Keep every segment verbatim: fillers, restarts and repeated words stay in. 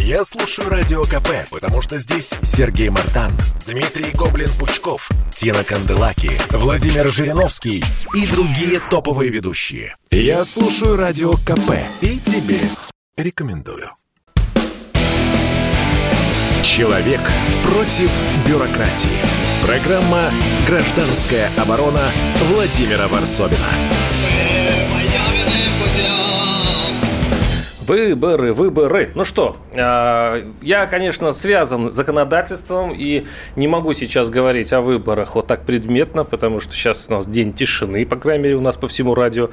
Я слушаю Радио КП, потому что здесь Сергей Мартан, Дмитрий Гоблин-Пучков, Тина Канделаки, Владимир Жириновский и другие топовые ведущие. Я слушаю Радио КП и тебе рекомендую. Человек против бюрократии. Программа «Гражданская оборона» Владимира Варсобина. Выборы, выборы. Ну что, я, конечно, связан с законодательством и не могу сейчас говорить о выборах вот так предметно, потому что сейчас у нас день тишины, по крайней мере, у нас по всему радио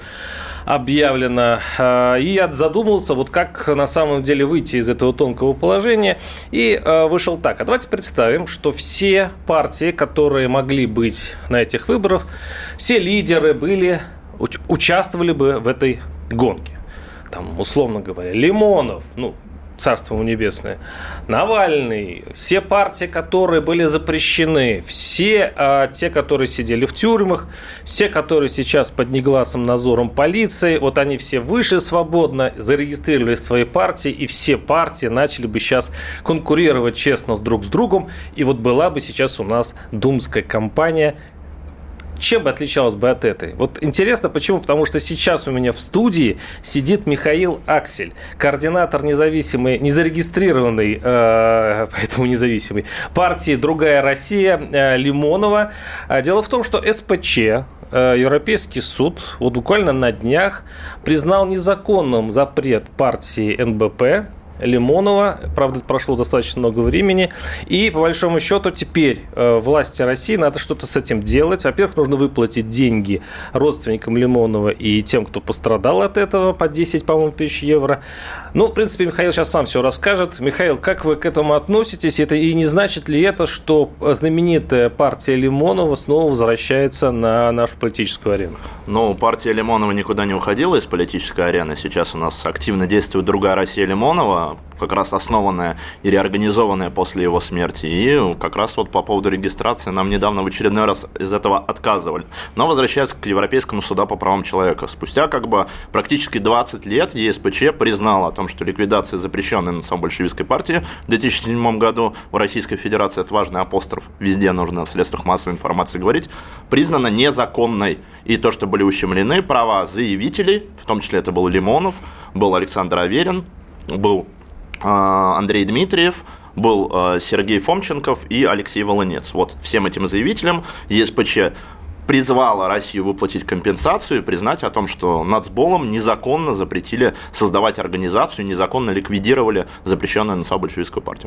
объявлено. И я задумался, вот как на самом деле выйти из этого тонкого положения, и вышел так. А давайте представим, что все партии, которые могли быть на этих выборах, все лидеры были, участвовали бы в этой гонке. Там, условно говоря, Лимонов, ну, царство ему небесное, Навальный, все партии, которые были запрещены, все а, те, которые сидели в тюрьмах, все, которые сейчас под негласным надзором полиции, вот они все вышли свободно, зарегистрировали свои партии, и все партии начали бы сейчас конкурировать честно друг с другом, и вот была бы сейчас у нас думская кампания. Чем бы отличалась бы от этой? Вот интересно, почему? Потому что сейчас у меня в студии сидит Михаил Аксель, координатор независимой, незарегистрированной, э, поэтому независимой партии «Другая Россия» э, Лимонова. Дело в том, что эс пэ че, э, Европейский суд, вот буквально на днях признал незаконным запрет партии эн бэ пэ Лимонова. Правда, прошло достаточно много времени. И, по большому счету, теперь э, власти России надо что-то с этим делать. Во-первых, нужно выплатить деньги родственникам Лимонова и тем, кто пострадал от этого, по десять, по-моему, тысяч евро. Ну, в принципе, Михаил сейчас сам все расскажет. Михаил, как вы к этому относитесь? Это, и не значит ли это, что знаменитая партия Лимонова снова возвращается на нашу политическую арену? Ну, партия Лимонова никуда не уходила из политической арены. Сейчас у нас активно действует «Другая Россия» Лимонова, как раз основанная и реорганизованная после его смерти. И как раз вот по поводу регистрации нам недавно в очередной раз из этого отказывали. Но возвращаясь к Европейскому суду по правам человека. Спустя как бы практически двадцать лет е эс пэ че признала о том, что ликвидация запрещенной национал-большевистской партии в две тысячи седьмом году у Российской Федерации, это важный апостроф, везде нужно в средствах массовой информации говорить, признана незаконной. И то, что были ущемлены права заявителей, в том числе это был Лимонов, был Александр Аверин, был э, Андрей Дмитриев, был э, Сергей Фомченков и Алексей Волынец. Вот всем этим заявителям е эс пэ че призвала Россию выплатить компенсацию и признать о том, что нацболом незаконно запретили создавать организацию, незаконно ликвидировали запрещенную национал-большевистскую партию.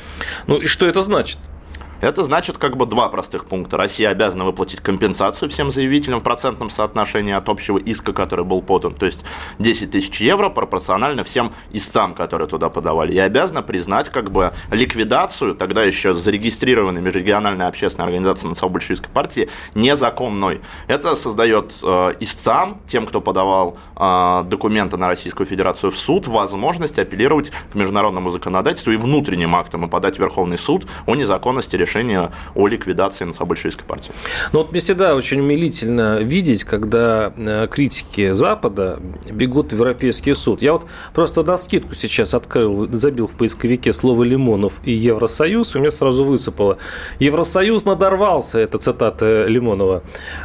Ну и что это значит? Это значит как бы два простых пункта. Россия обязана выплатить компенсацию всем заявителям в процентном соотношении от общего иска, который был подан, то есть десять тысяч евро пропорционально всем истцам, которые туда подавали, и обязана признать как бы ликвидацию тогда еще зарегистрированной межрегиональной общественной организации национал-большевистской партии незаконной. Это создает э, истцам, тем, кто подавал э, документы на Российскую Федерацию в суд, возможность апеллировать к международному законодательству и внутренним актам и подать в Верховный суд о незаконности решения решение о ликвидации национал-большевистской партии. Ну вот мне всегда очень умилительно видеть, когда критики Запада бегут в Европейский суд. Я вот просто навскидку сейчас открыл, забил в поисковике слово «Лимонов» и «Евросоюз», у меня сразу высыпало. Евросоюз надорвался, это цитата Лимонова.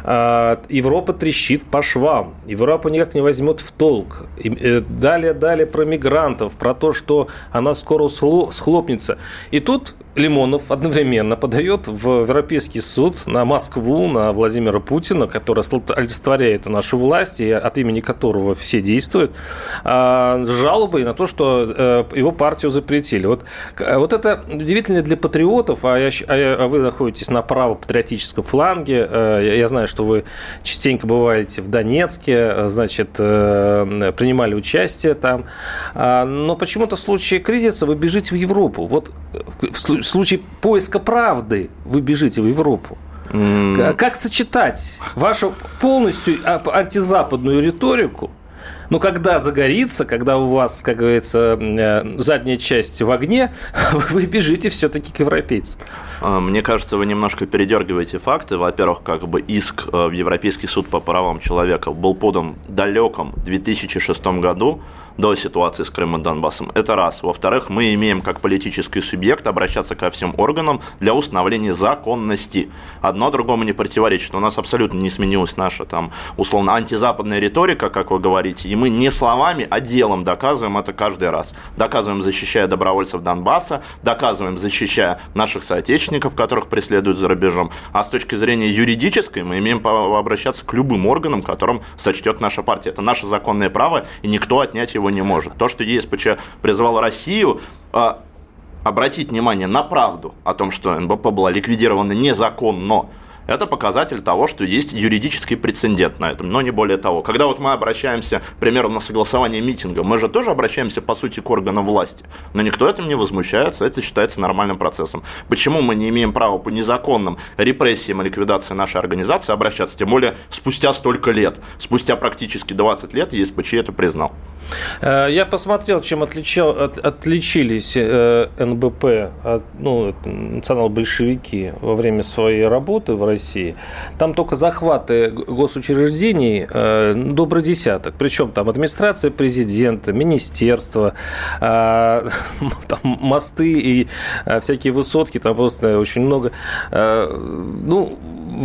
Европа трещит по швам, Европа никак не возьмет в толк. Далее, далее про мигрантов, про то, что она скоро схлопнется. И тут Лимонов одновременно подает в Европейский суд на Москву, на Владимира Путина, который олицетворяет нашу власть и от имени которого все действуют, с жалобой на то, что его партию запретили. Вот, вот это удивительно для патриотов, а, я, а вы находитесь на правопатриотическом фланге. Я знаю, что вы частенько бываете в Донецке, значит, принимали участие там. Но почему-то в случае кризиса вы бежите в Европу. Вот в случае поиска правды вы бежите в Европу. Mm. Как сочетать вашу полностью антизападную риторику, но когда загорится, когда у вас, как говорится, задняя часть в огне, вы бежите все-таки к европейцам? Мне кажется, вы немножко передергиваете факты. Во-первых, как бы иск в Европейский суд по правам человека был подан в далеком две тысячи шестом году. до ситуации с Крымом и Донбассом. Это раз. Во-вторых, мы имеем как политический субъект обращаться ко всем органам для установления законности. Одно другому не противоречит. У нас абсолютно не сменилась наша там, условно антизападная риторика, как вы говорите, и мы не словами, а делом доказываем это каждый раз. Доказываем, защищая добровольцев Донбасса, доказываем, защищая наших соотечественников, которых преследуют за рубежом. А с точки зрения юридической мы имеем право обращаться к любым органам, которым сочтет наша партия. Это наше законное право, и никто отнять его не может. То, что ЕСПЧ призвал Россию э, обратить внимание на правду о том, что эн бэ пэ была ликвидирована незаконно, это показатель того, что есть юридический прецедент на этом, но не более того. Когда вот мы обращаемся, к примеру, на согласование митинга, мы же тоже обращаемся, по сути, к органам власти, но никто этим не возмущается, это считается нормальным процессом. Почему мы не имеем права по незаконным репрессиям и ликвидации нашей организации обращаться, тем более спустя столько лет, спустя практически двадцать лет ЕСПЧ это признал? Я посмотрел, чем отличал, от, отличились эн бэ пэ, от, ну, национал-большевики во время своей работы в России. Там только захваты госучреждений э, добрый десяток. Причем там администрация президента, министерство, э, там мосты и э, всякие высотки, там просто очень много. Э, ну,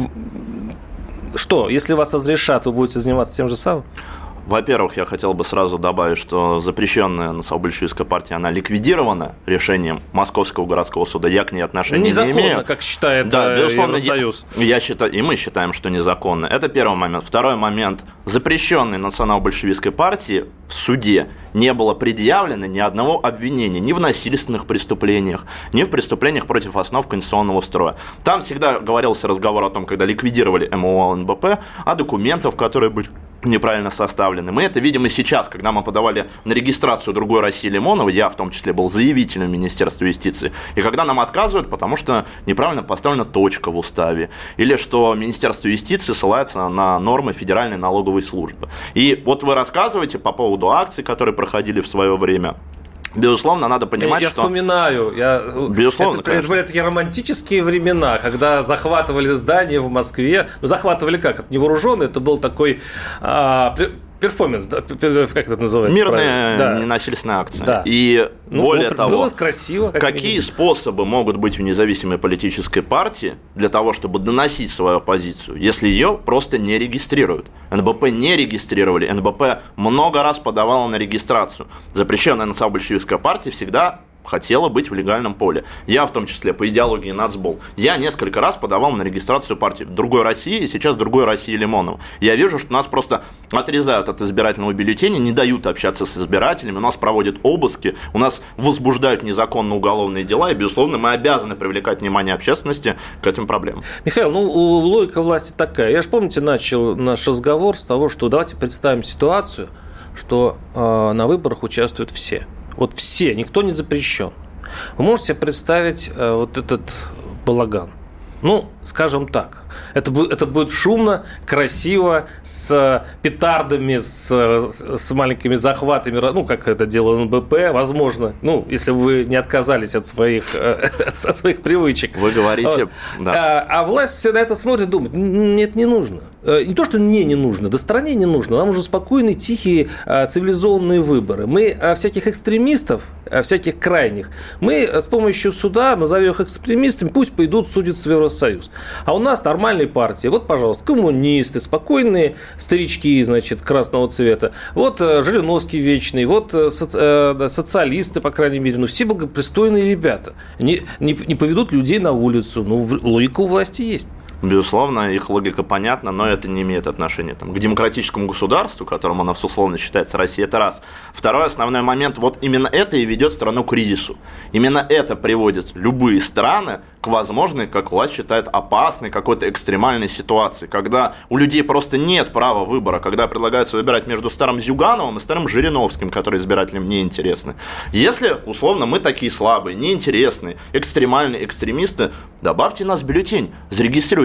что, если вас разрешат, вы будете заниматься тем же самым? Во-первых, я хотел бы сразу добавить, что запрещенная национал-большевистская партия, она ликвидирована решением Московского городского суда. Я к ней отношения незаконно, не имею. как считает да, безусловно, Евросоюз. Я, я считаю, и мы считаем, что незаконно. Это первый момент. Второй момент. Запрещенной национал-большевистской партии в суде не было предъявлено ни одного обвинения ни в насильственных преступлениях, ни в преступлениях против основ конституционного строя. Там всегда говорился разговор о том, когда ликвидировали эм о о эн бэ пэ, о документах, которые были неправильно составлены. Мы это видим и сейчас, когда мы подавали на регистрацию другой России Лимонова, я в том числе был заявителем Министерства юстиции, и когда нам отказывают, потому что неправильно поставлена точка в уставе, или что Министерство юстиции ссылается на нормы Федеральной налоговой службы. И вот вы рассказываете по поводу акций, которые проходили в свое время. Безусловно, надо понимать, я, я что... вспоминаю, я... Безусловно, это, это были такие романтические времена, когда захватывали здания в Москве. Ну, захватывали как? Это не вооруженные, это был такой... А, перформанс, да? Как это называется? Мирная да. ненасильственная акция. Да. И ну, более было, того, было красиво, как какие минимум. способы могут быть у независимой политической партии для того, чтобы доносить свою позицию, если ее просто не регистрируют? эн бэ пэ не регистрировали, эн бэ пэ много раз подавала на регистрацию. Запрещенная национал-большевистская партия всегда хотела быть в легальном поле. Я, в том числе, по идеологии нацбол, я несколько раз подавал на регистрацию партии в другой России, и сейчас в другой России Лимонова. Я вижу, что нас просто отрезают от избирательного бюллетеня, не дают общаться с избирателями, у нас проводят обыски, у нас возбуждают незаконно уголовные дела, и, безусловно, мы обязаны привлекать внимание общественности к этим проблемам. Михаил, ну, логика власти такая. Я же, помните, начал наш разговор с того, что давайте представим ситуацию, что э, на выборах участвуют все. Вот все, никто не запрещен. Вы можете себе представить э, вот этот балаган? Ну, скажем так, это будет, это будет шумно, красиво, с петардами, с, с маленькими захватами, ну, как это делал эн бэ пэ, возможно, ну, если вы не отказались от своих, от своих привычек. Вы говорите, вот. Да. А, а власть на это смотрит и думает, нет, не нужно. Не то, что мне не нужно, да стране не нужно. Нам уже спокойные, тихие, цивилизованные выборы. Мы всяких экстремистов, всяких крайних, мы с помощью суда, назовем их экстремистами, пусть пойдут судиться в Евросоюз. А у нас нормальные партии. Вот, пожалуйста, коммунисты, спокойные старички, значит, красного цвета. Вот Жириновский вечный, вот соци... социалисты, по крайней мере. Ну, все благопристойные ребята. Не, не, не поведут людей на улицу. Ну, логика у власти есть. Безусловно, их логика понятна, но это не имеет отношения там, к демократическому государству, которым она условно считается Россия, это раз. Второй основной момент, вот именно это и ведет страну к кризису. Именно это приводит любые страны к возможной, как власть считает, опасной какой-то экстремальной ситуации, когда у людей просто нет права выбора, когда предлагается выбирать между старым Зюгановым и старым Жириновским, которые избирателям не интересны. Если, условно, мы такие слабые, неинтересные, экстремальные экстремисты, добавьте нас в бюллетень, зарегистрируйте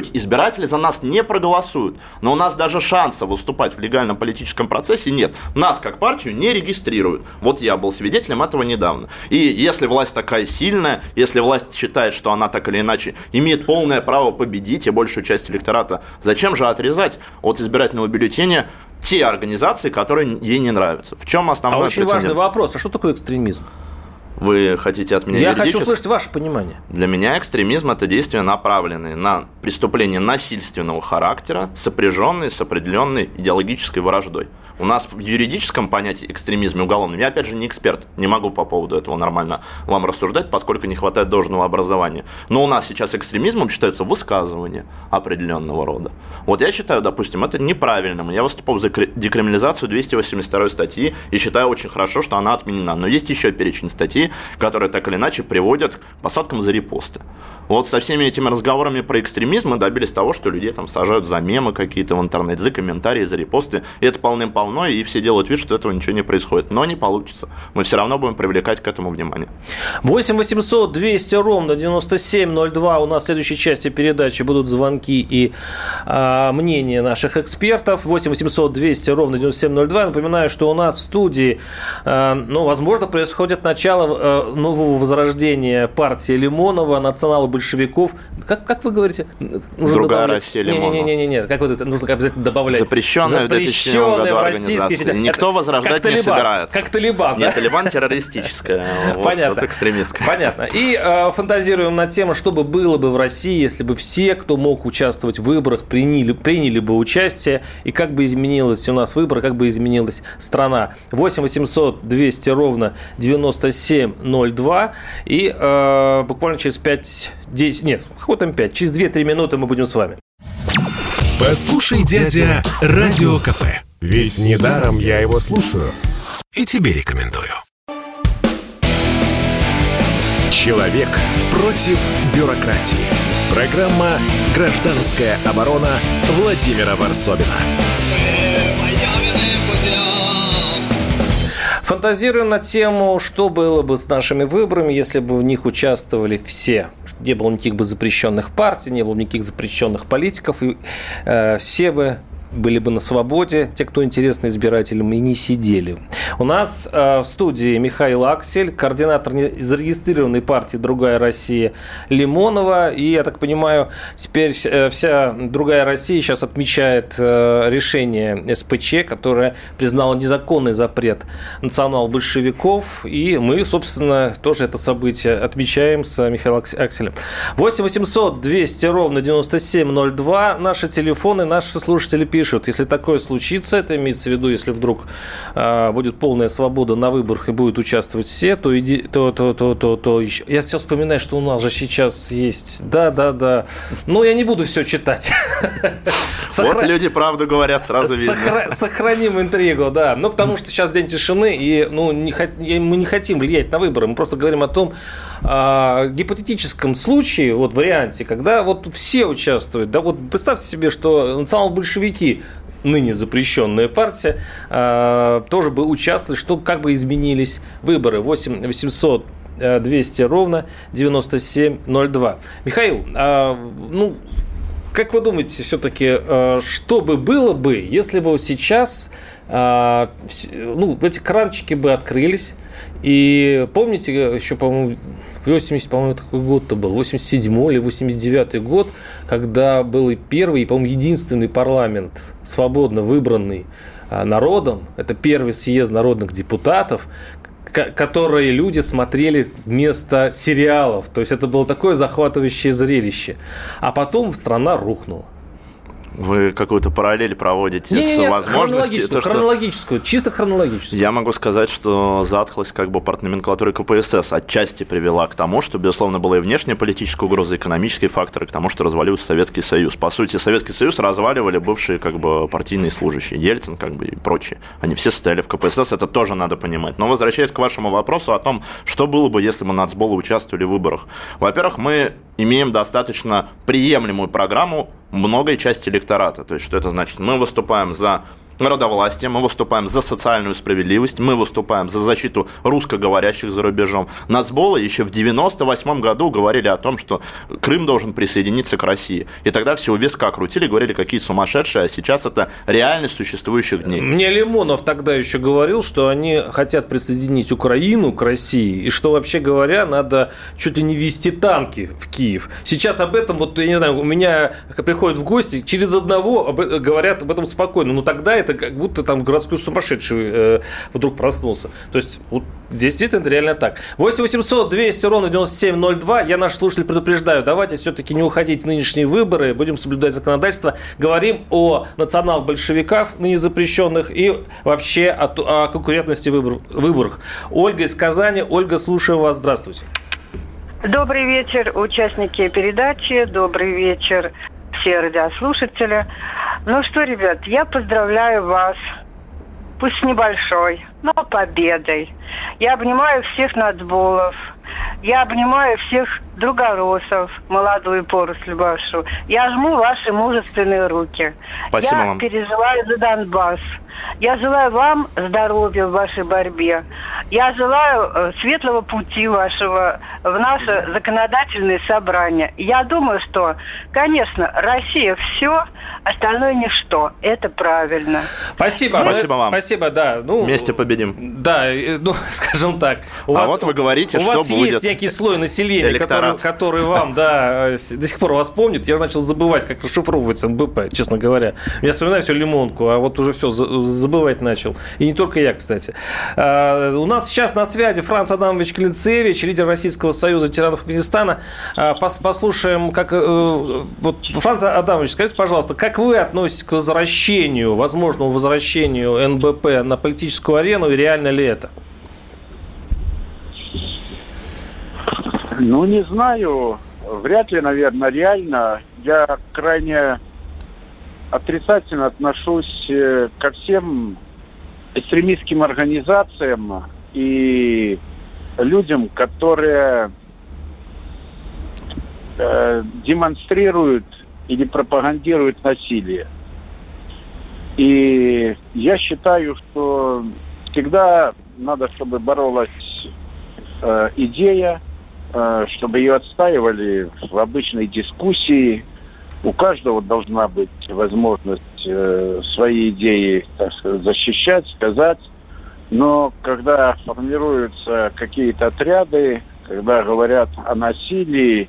суть. Избиратели за нас не проголосуют. Но у нас даже шанса выступать в легальном политическом процессе нет. Нас, как партию, не регистрируют. Вот я был свидетелем этого недавно. И если власть такая сильная, если власть считает, что она так или иначе имеет полное право победить и большую часть электората, зачем же отрезать от избирательного бюллетеня те организации, которые ей не нравятся? В чем основной А очень прецедент? важный вопрос. А что такое экстремизм? Вы хотите от меня Я юридически? хочу услышать ваше понимание. Для меня экстремизм – это действия, направленные на преступление насильственного характера, сопряженные с определенной идеологической враждой. У нас в юридическом понятии экстремизма уголовном, я опять же не эксперт, не могу по поводу этого нормально вам рассуждать, поскольку не хватает должного образования. Но у нас сейчас экстремизмом считаются высказывания определенного рода. Вот я считаю, допустим, это неправильным. Я выступал за декриминализацию двести восемьдесят второй статьи и считаю очень хорошо, что она отменена. Но есть еще перечень статей, которые так или иначе приводят к посадкам за репосты. Вот со всеми этими разговорами про экстремизм мы добились того, что людей там сажают за мемы какие-то в интернете, за комментарии, за репосты. И это полным-полно, и все делают вид, что этого ничего не происходит. Но не получится. Мы все равно будем привлекать к этому внимание. восемь восемьсот двести ровно девяносто семь ноль два. У нас в следующей части передачи будут звонки и а, мнения наших экспертов. восемь восемьсот двести ровно девяносто семь ноль два. Напоминаю, что у нас в студии, а, ну, возможно, происходит начало а, нового возрождения партии Лимонова, национал-большевиков. Как, как вы говорите? Нужно Другая добавлять... Россия Лимонова. Не-не-не, как вот это нужно обязательно добавлять? Запрещенная, Запрещенная в Российской Федерации. Никто возрождать как не Талибан. собирается. Как Талибан, да? Нет, Талибан террористическая, Понятно. Вот экстремистская. Понятно. И э, фантазируем на тему, что бы было бы в России, если бы все, кто мог участвовать в выборах, приняли, приняли бы участие, и как бы изменилась у нас выбор, как бы изменилась страна. восемь восемьсот двести ровно девяносто семь ноль два. И э, буквально через пять-десять, нет, хоть там пять, через две-три минуты мы будем с вами. Послушай, дядя, Радио КП. Ведь недаром я его слушаю. И тебе рекомендую. Человек против бюрократии. Программа «Гражданская оборона» Владимира Варсобина. Фантазируем на тему, что было бы с нашими выборами, если бы в них участвовали все. Не было никаких бы запрещенных партий, не было никаких запрещенных политиков, и э, все бы были бы на свободе, те, кто интересны избирателям, и не сидели. У нас э, в студии Михаил Аксель, координатор зарегистрированной партии «Другая Россия» Лимонова. И, я так понимаю, теперь э, вся «Другая Россия» сейчас отмечает э, решение СПЧ, которое признало незаконный запрет национал-большевиков. И мы, собственно, тоже это событие отмечаем с Михаилом Акселем. восемь восемьсот двести ровно девяносто семь ноль два. Наши телефоны, наши слушатели пишут. Если такое случится, это имеется в виду, если вдруг э, будет полная свобода на выборах и будут участвовать все, то, иди, то, то, то, то, то еще. Я все вспоминаю, что у нас же сейчас есть. Да, да, да. Но я не буду все читать. Вот люди правду говорят, сразу видно. Сохраним интригу, да. Ну, потому что сейчас день тишины, и мы не хотим влиять на выборы. Мы просто говорим о том гипотетическом случае, вот варианте, когда вот все участвуют. Да, вот представьте себе, что национал-большевики, ныне запрещенная партия, э, тоже бы участвовали, что как бы изменились выборы. восемь восемьсот двести ровно девяносто семь ноль два. Михаил, э, ну, как вы думаете, все-таки, э, что бы было бы, если бы сейчас э, ну, эти кранчики бы открылись? И помните, еще, по-моему, восемьдесят, по-моему, такой год-то был, восемьдесят седьмой или восемьдесят девятый год, когда был и первый, и, по-моему, единственный парламент, свободно выбранный народом, это первый съезд народных депутатов, которые люди смотрели вместо сериалов. То есть это было такое захватывающее зрелище. А потом страна рухнула. Вы какую-то параллель проводите нет, с нет, возможностью? Хронологическую, то, хронологическую, чисто хронологическую. Я могу сказать, что затхлость как бы партноменклатуры КПСС отчасти привела к тому, что, безусловно, была и внешняя политическая угроза, и экономические факторы к тому, что развалился Советский Союз. По сути, Советский Союз разваливали бывшие как бы партийные служащие, Ельцин как бы и прочие. Они все состояли в КПСС, это тоже надо понимать. Но возвращаясь к вашему вопросу о том, что было бы, если бы нацболы участвовали в выборах. Во-первых, мы имеем достаточно приемлемую программу многой части электората. То есть, что это значит? Мы выступаем за народовластие, мы выступаем за социальную справедливость, мы выступаем за защиту русскоговорящих за рубежом. Нацболы еще в девяносто восьмом году говорили о том, что Крым должен присоединиться к России. И тогда все у виска крутили, говорили, какие сумасшедшие, а сейчас это реальность существующих дней. Мне Лимонов тогда еще говорил, что они хотят присоединить Украину к России, и что, вообще говоря, надо чуть ли не везти танки в Киев. Сейчас об этом, вот, я не знаю, у меня приходят в гости, через одного об, говорят об этом спокойно, но тогда это как будто там городской сумасшедший э, вдруг проснулся. То есть, вот, действительно, это реально так. восемь восемьсот двести ровно девяносто семь ноль два. Я наших слушателей предупреждаю, давайте все-таки не уходить в нынешние выборы, будем соблюдать законодательство. Говорим о национал-большевиках, ныне запрещенных, и вообще о, о конкурентности в выбор, выборах. Ольга из Казани. Ольга, слушаем вас. Здравствуйте. Добрый вечер, участники передачи. Добрый вечер, все радиослушатели. Ну что, ребят, я поздравляю вас, пусть небольшой, но победой. Я обнимаю всех нацболов, я обнимаю всех другоросов, молодую поросль вашу. Я жму ваши мужественные руки. Спасибо я вам. переживаю за Донбасс. Я желаю вам здоровья в вашей борьбе. Я желаю э, светлого пути вашего в наше законодательное собрание. Я думаю, что, конечно, Россия все, остальное ничто. Это правильно. Спасибо. Спасибо вам. Спасибо, да. Ну, вместе победим. Да, ну, скажем так. У а вас, вот вы говорите, у что вас будет. Есть некий слой населения, который, который вам, да, до сих пор вас помнит. Я начал забывать, как расшифровывается эн бэ пэ, честно говоря. Я вспоминаю все лимонку, а вот уже все забывать начал. И не только я, кстати. У нас сейчас на связи Франц Адамович Клинцевич, лидер Российского союза ветеранов Афганистана. Послушаем, как... Вот, Франц Адамович, скажите, пожалуйста, как вы относитесь к возвращению, возможному возвращению эн бэ пэ на политическую арену, и реально ли это? Ну, не знаю. Вряд ли, наверное, реально. Я крайне отрицательно отношусь ко всем экстремистским организациям и людям, которые э, демонстрируют или пропагандируют насилие. И я считаю, что всегда надо, чтобы боролась э, идея, э, чтобы ее отстаивали в обычной дискуссии. У каждого должна быть возможность э, свои идеи, так сказать, защищать, сказать. Но когда формируются какие-то отряды, когда говорят о насилии,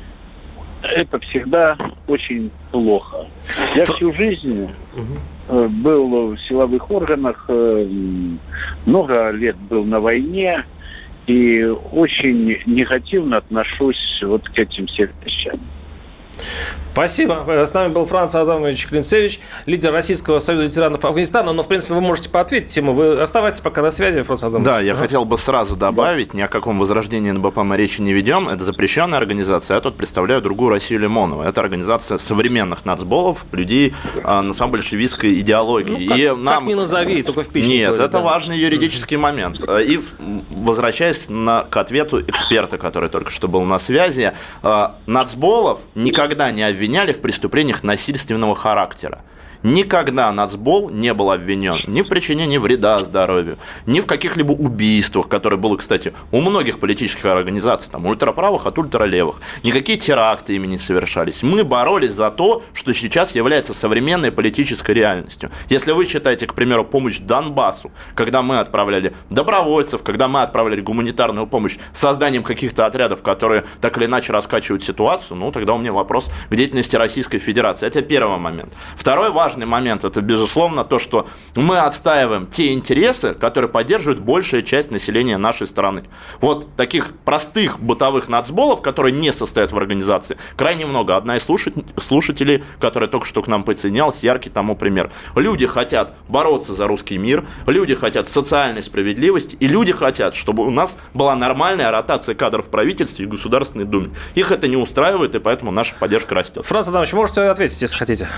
это всегда очень плохо. Я всю жизнь э, был в силовых органах, э, много лет был на войне и очень негативно отношусь вот к этим всем вещам. Спасибо. С нами был Франц Адамович Клинцевич, лидер Российского союза ветеранов Афганистана. Но, в принципе, вы можете поответить ему. Вы оставайтесь пока на связи, Франц Адамович. Да, я ага. хотел бы сразу добавить, да. Ни о каком возрождении эн бэ пэ мы речи не ведем. Это запрещенная организация. Я тут представляю другую Россию Лимонова. Это организация современных нацболов, людей а, национал-большевистской идеологии. Ну, как, и нам... как ни назови, только в пищу. Нет, говорит, это да. важный юридический момент. И возвращаясь на, к ответу эксперта, который только что был на связи, нацболов никогда не обвиняли в преступлениях насильственного характера. Никогда нацбол не был обвинен ни в причинении вреда здоровью, ни в каких-либо убийствах, которые было, кстати, у многих политических организаций, там, ультраправых от ультралевых. Никакие теракты ими не совершались. Мы боролись за то, что сейчас является современной политической реальностью. Если вы считаете, к примеру, помощь Донбассу, когда мы отправляли добровольцев, когда мы отправляли гуманитарную помощь созданием каких-то отрядов, которые так или иначе раскачивают ситуацию, ну, тогда у меня вопрос к деятельности Российской Федерации. Это первый момент. Второй важный Важный момент – это, безусловно, то, что мы отстаиваем те интересы, которые поддерживают большая часть населения нашей страны. Вот таких простых бытовых нацболов, которые не состоят в организации, крайне много. Одна из слушателей, которая только что к нам присоединялась, яркий тому пример. Люди хотят бороться за русский мир, люди хотят социальной справедливости, и люди хотят, чтобы у нас была нормальная ротация кадров в правительстве и Государственной Думе. Их это не устраивает, и поэтому наша поддержка растет. Франц Адамович, можете ответить, если хотите?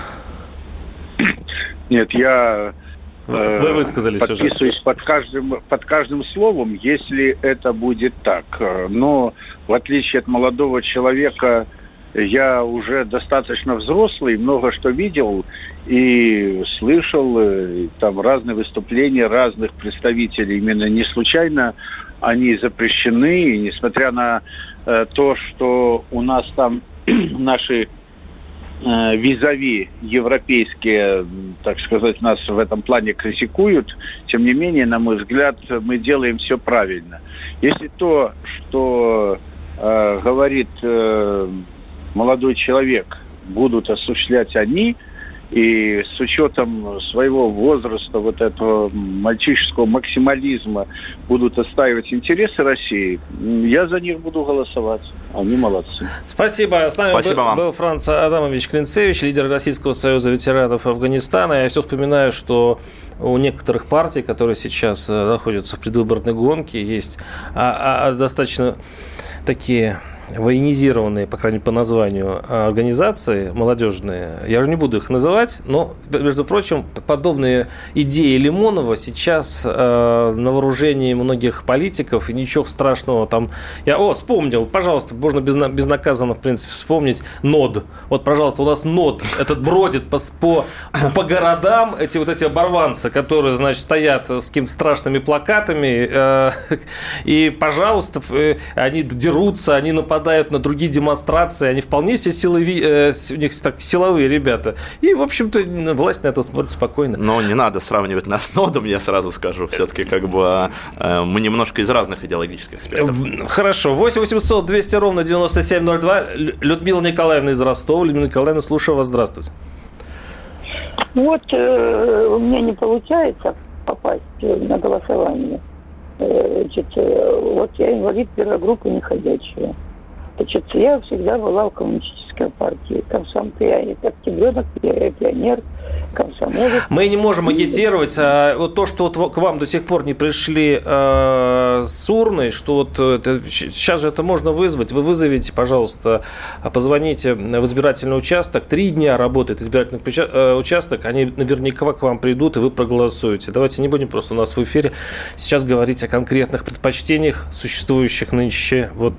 Нет, я э, Вы высказались подписываюсь уже. под каждым, под каждым словом, если это будет так. Но в отличие от молодого человека, я уже достаточно взрослый, много что видел и слышал, там разные выступления разных представителей. Именно не случайно они запрещены, и несмотря на э, то, что у нас там наши э, визави европейские, так сказать, нас в этом плане критикуют, тем не менее, на мой взгляд, мы делаем все правильно. Если то, что э, говорит э, молодой человек, будут осуществлять они, и с учетом своего возраста, вот этого мальчишеского максимализма, будут отстаивать интересы России, я за них буду голосовать. Они молодцы. Спасибо. С нами Спасибо был, вам. был Франц Адамович Клинцевич, лидер Российского союза ветеранов Афганистана. Я все вспоминаю, что у некоторых партий, которые сейчас находятся в предвыборной гонке, есть а, а, достаточно такие военизированные, по крайней мере, по названию организации молодежные. Я уже не буду их называть, но, между прочим, подобные идеи Лимонова сейчас э, на вооружении многих политиков, и ничего страшного там... Я, о, вспомнил, пожалуйста, можно безна- безнаказанно, в принципе, вспомнить НОД. Вот, пожалуйста, у нас НОД, этот бродит по, по, по городам, эти вот эти оборванцы, которые, значит, стоят с какими-то страшными плакатами, э, и, пожалуйста, э, они дерутся, они нападают на другие демонстрации, они вполне себе силови, э, у них так, силовые ребята. И, в общем-то, власть на это смотрит спокойно. Но не надо сравнивать нас с НОДом, я сразу скажу. Все-таки как бы э, мы немножко из разных идеологических спектров. Хорошо. восемь восемьсот двести ровно девяносто семь ноль два. Людмила Николаевна из Ростова. Людмила Николаевна, слушаю вас. Здравствуйте. Вот э, у меня не получается попасть на голосование. Э, значит, э, вот я инвалид первой группы неходячая. Значит, я всегда была в коммунистической партии. Комсом, я октябренок, я пионер, комсомолец. Мы не можем агитировать. А вот то, что вот к вам до сих пор не пришли э, с урной, что вот это, сейчас же это можно вызвать. Вы вызовите, пожалуйста, позвоните в избирательный участок. Три дня работает избирательный участок. Они наверняка к вам придут, и вы проголосуете. Давайте не будем просто у нас в эфире сейчас говорить о конкретных предпочтениях, существующих нынче. Вот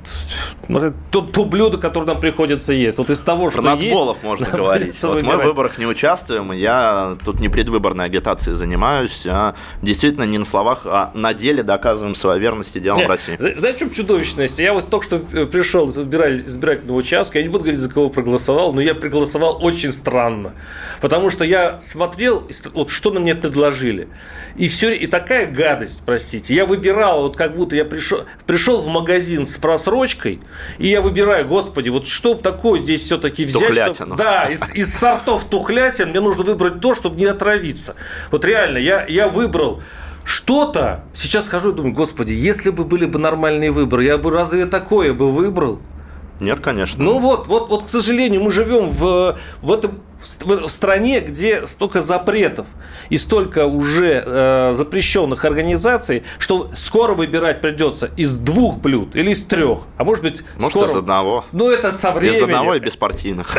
то, то блюдо, которое нам приходится есть. Вот из того, что про есть... нацболов можно говорить. Вот мы в выборах не участвуем, я тут не предвыборной агитацией занимаюсь, а действительно не на словах, а на деле доказываем свою верность идеалам Нет, России. Знаете, в чем чудовищность? Я вот только что пришел из избирательного участка, я не буду говорить, за кого проголосовал, но я проголосовал очень странно. Потому что я смотрел, вот что на мне предложили. И все, и такая гадость, простите. Я выбирал, вот как будто я пришел, пришел в магазин с просрочкой, и я выбираю, господи, вот что такое здесь все-таки взять? Тухлятину. Что, да, из, из сортов тухлятин мне нужно выбрать то, чтобы не отравиться. Вот реально, я, я выбрал что-то, сейчас хожу и думаю, господи, если бы были бы нормальные выборы, я бы разве такое бы выбрал? Нет, конечно. Ну вот, вот, вот, к сожалению, мы живем в, в этом в стране, где столько запретов и столько уже э, запрещенных организаций, что скоро выбирать придется из двух блюд или из трех, а может быть может скоро... из одного. Ну это со временем. Из одного и беспартийных.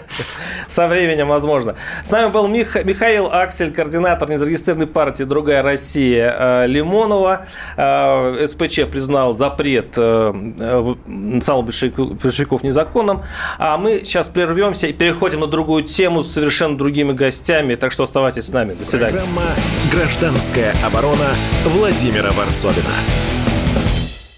Со временем, возможно. С нами был Миха... Михаил Аксель, координатор незарегистрированной партии «Другая Россия» э, Лимонова. Э, СПЧ признал запрет э, э, национал-большевиков незаконным. А мы сейчас прервемся и переходим на другую тему с совершенно другими гостями, так что оставайтесь с нами. До свидания. Программа «Гражданская оборона» Владимира Варсобина.